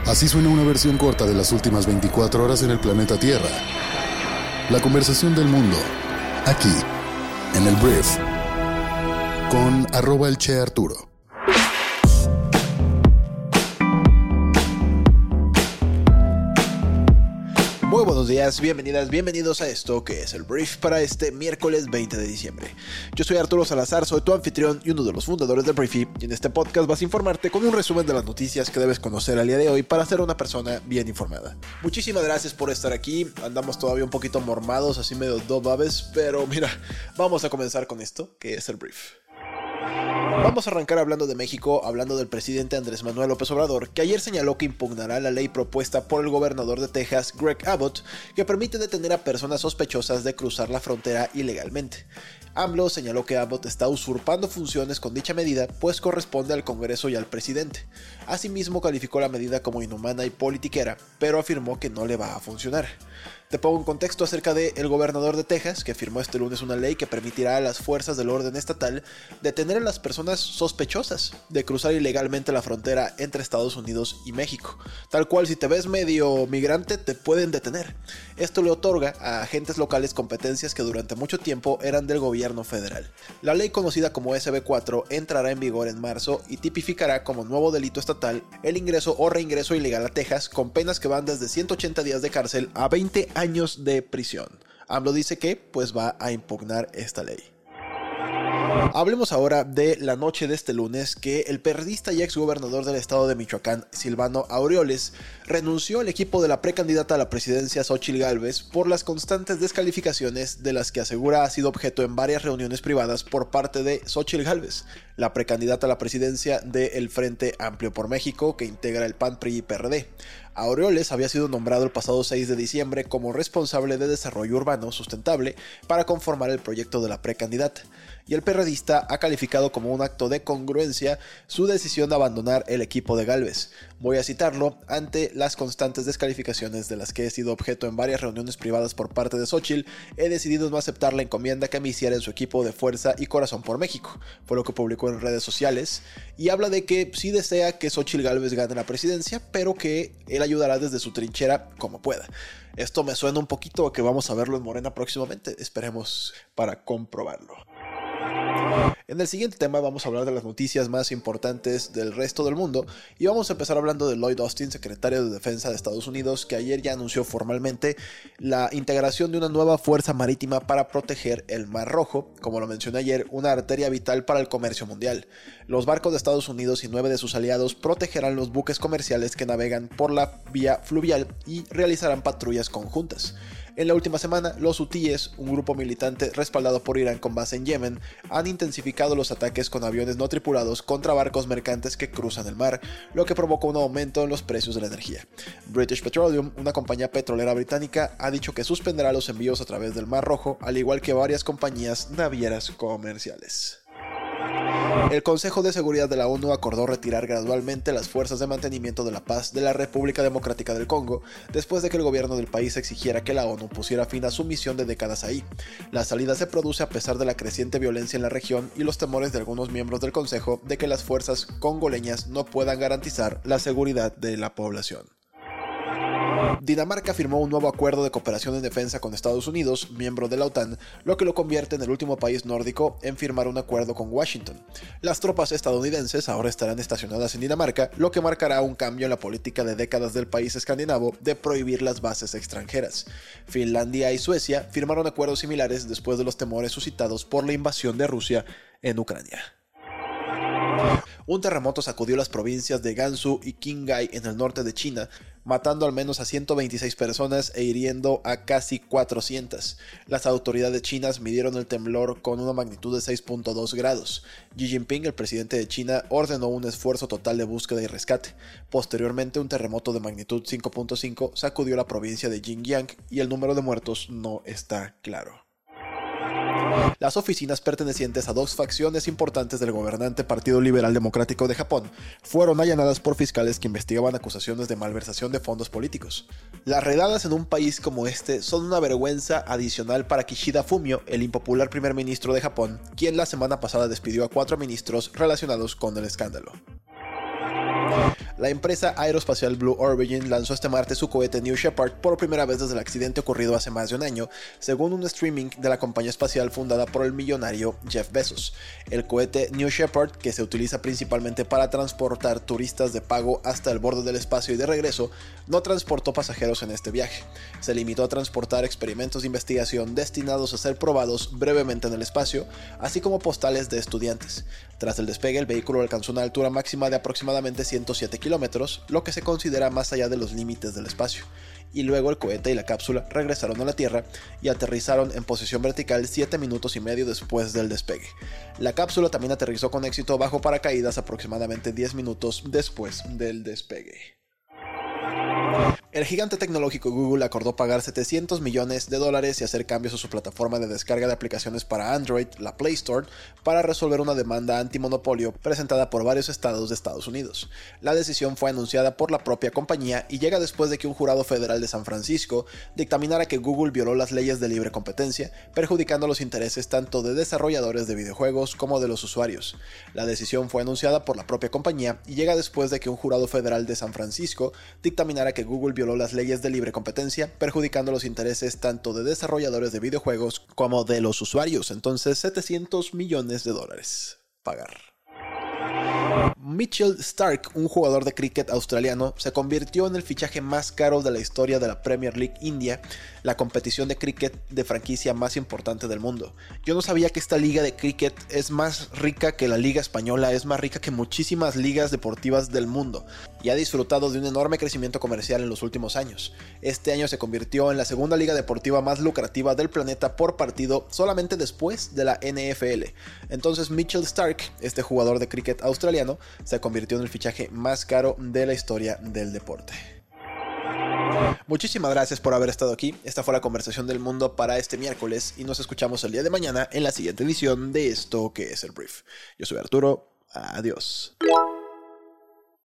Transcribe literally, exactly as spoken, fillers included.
Así suena una versión corta de las últimas veinticuatro horas en el planeta Tierra. La conversación del mundo, aquí, en el Brief, con arroba el Che Arturo. Muy buenos días, bienvenidas, bienvenidos a esto que es el Brief para este miércoles veinte de diciembre. Yo soy Arturo Salazar, soy tu anfitrión y uno de los fundadores del Briefy, y en este podcast vas a informarte con un resumen de las noticias que debes conocer al día de hoy para ser una persona bien informada. Muchísimas gracias por estar aquí, andamos todavía un poquito mormados, así medio dobabes, pero mira, vamos a comenzar con esto que es el Brief. Vamos a arrancar hablando de México, hablando del presidente Andrés Manuel López Obrador, que ayer señaló que impugnará la ley propuesta por el gobernador de Texas, Greg Abbott, que permite detener a personas sospechosas de cruzar la frontera ilegalmente. AMLO señaló que Abbott está usurpando funciones con dicha medida, pues corresponde al Congreso y al presidente. Asimismo, calificó la medida como inhumana y politiquera, pero afirmó que no le va a funcionar. Te pongo un contexto acerca del gobernador de Texas, que firmó este lunes una ley que permitirá a las fuerzas del orden estatal detener a las personas sospechosas de cruzar ilegalmente la frontera entre Estados Unidos y México. Tal cual, si te ves medio migrante, te pueden detener. Esto le otorga a agentes locales competencias que durante mucho tiempo eran del gobierno federal. La ley conocida como S B cuatro entrará en vigor en marzo y tipificará como nuevo delito estatal el ingreso o reingreso ilegal a Texas, con penas que van desde ciento ochenta días de cárcel a veinte años de prisión. AMLO dice que pues va a impugnar esta ley. Hablemos ahora de la noche de este lunes que el periodista y exgobernador del estado de Michoacán, Silvano Aureoles, renunció al equipo de la precandidata a la presidencia Xóchitl Gálvez por las constantes descalificaciones de las que asegura ha sido objeto en varias reuniones privadas por parte de Xóchitl Gálvez, la precandidata a la presidencia del Frente Amplio por México, que integra el P A N, P R I y P R D. Aureoles había sido nombrado el pasado seis de diciembre como responsable de desarrollo urbano sustentable para conformar el proyecto de la precandidata, y el perredista ha calificado como un acto de congruencia su decisión de abandonar el equipo de Gálvez. Voy a citarlo: ante las constantes descalificaciones de las que he sido objeto en varias reuniones privadas por parte de Xóchitl, he decidido no aceptar la encomienda que me hiciera en su equipo de Fuerza y Corazón por México, fue lo que publicó en redes sociales, y habla de que sí desea que Xóchitl Gálvez gane la presidencia, pero que él ayudará desde su trinchera como pueda. Esto me suena un poquito a que vamos a verlo en Morena próximamente, esperemos para comprobarlo. En el siguiente tema vamos a hablar de las noticias más importantes del resto del mundo y vamos a empezar hablando de Lloyd Austin, secretario de Defensa de Estados Unidos, que ayer ya anunció formalmente la integración de una nueva fuerza marítima para proteger el Mar Rojo, como lo mencioné ayer, una arteria vital para el comercio mundial. Los barcos de Estados Unidos y nueve de sus aliados protegerán los buques comerciales que navegan por la vía fluvial y realizarán patrullas conjuntas. En la última semana, los hutíes, un grupo militante respaldado por Irán con base en Yemen, han intensificado los ataques con aviones no tripulados contra barcos mercantes que cruzan el mar, lo que provocó un aumento en los precios de la energía. British Petroleum, una compañía petrolera británica, ha dicho que suspenderá los envíos a través del Mar Rojo, al igual que varias compañías navieras comerciales. El Consejo de Seguridad de la ONU acordó retirar gradualmente las fuerzas de mantenimiento de la paz de la República Democrática del Congo, después de que el gobierno del país exigiera que la ONU pusiera fin a su misión de décadas ahí. La salida se produce a pesar de la creciente violencia en la región y los temores de algunos miembros del Consejo de que las fuerzas congoleñas no puedan garantizar la seguridad de la población. Dinamarca firmó un nuevo acuerdo de cooperación en defensa con Estados Unidos, miembro de la OTAN, lo que lo convierte en el último país nórdico en firmar un acuerdo con Washington. Las tropas estadounidenses ahora estarán estacionadas en Dinamarca, lo que marcará un cambio en la política de décadas del país escandinavo de prohibir las bases extranjeras. Finlandia y Suecia firmaron acuerdos similares después de los temores suscitados por la invasión de Rusia en Ucrania. Un terremoto sacudió las provincias de Gansu y Qinghai en el norte de China, matando al menos a ciento veintiséis personas e hiriendo a casi cuatrocientas. Las autoridades chinas midieron el temblor con una magnitud de seis punto dos grados. Xi Jinping, el presidente de China, ordenó un esfuerzo total de búsqueda y rescate. Posteriormente, un terremoto de magnitud cinco punto cinco sacudió la provincia de Xinjiang y el número de muertos no está claro. Las oficinas pertenecientes a dos facciones importantes del gobernante Partido Liberal Democrático de Japón fueron allanadas por fiscales que investigaban acusaciones de malversación de fondos políticos. Las redadas en un país como este son una vergüenza adicional para Kishida Fumio, el impopular primer ministro de Japón, quien la semana pasada despidió a cuatro ministros relacionados con el escándalo. La empresa aeroespacial Blue Origin lanzó este martes su cohete New Shepard por primera vez desde el accidente ocurrido hace más de un año, según un streaming de la compañía espacial fundada por el millonario Jeff Bezos. El cohete New Shepard, que se utiliza principalmente para transportar turistas de pago hasta el borde del espacio y de regreso, no transportó pasajeros en este viaje. Se limitó a transportar experimentos de investigación destinados a ser probados brevemente en el espacio, así como postales de estudiantes. Tras el despegue, el vehículo alcanzó una altura máxima de aproximadamente ciento siete kilómetros, lo que se considera más allá de los límites del espacio. Y luego el cohete y la cápsula regresaron a la Tierra y aterrizaron en posición vertical siete minutos y medio después del despegue. La cápsula también aterrizó con éxito bajo paracaídas aproximadamente diez minutos después del despegue. El gigante tecnológico Google acordó pagar setecientos millones de dólares y hacer cambios a su plataforma de descarga de aplicaciones para Android, la Play Store, para resolver una demanda antimonopolio presentada por varios estados de Estados Unidos. La decisión fue anunciada por la propia compañía y llega después de que un jurado federal de San Francisco dictaminara que Google violó las leyes de libre competencia, perjudicando los intereses tanto de desarrolladores de videojuegos como de los usuarios. La decisión fue anunciada por la propia compañía y llega después de que un jurado federal de San Francisco dictaminara que Google violó las leyes de libre competencia, perjudicando los intereses tanto de desarrolladores de videojuegos como de los usuarios. Entonces, setecientos millones de dólares pagar. Mitchell Starc, un jugador de cricket australiano, se convirtió en el fichaje más caro de la historia de la Premier League India, la competición de cricket de franquicia más importante del mundo. Yo no sabía que esta liga de cricket es más rica que la liga española, es más rica que muchísimas ligas deportivas del mundo y ha disfrutado de un enorme crecimiento comercial en los últimos años. Este año se convirtió en la segunda liga deportiva más lucrativa del planeta por partido, solamente después de la N F L. Entonces Mitchell Starc, este jugador de cricket australiano, se convirtió en el fichaje más caro de la historia del deporte. Muchísimas gracias por haber estado aquí. Esta fue la conversación del mundo para este miércoles y nos escuchamos el día de mañana en la siguiente edición de esto que es el Brief. Yo soy Arturo. Adiós.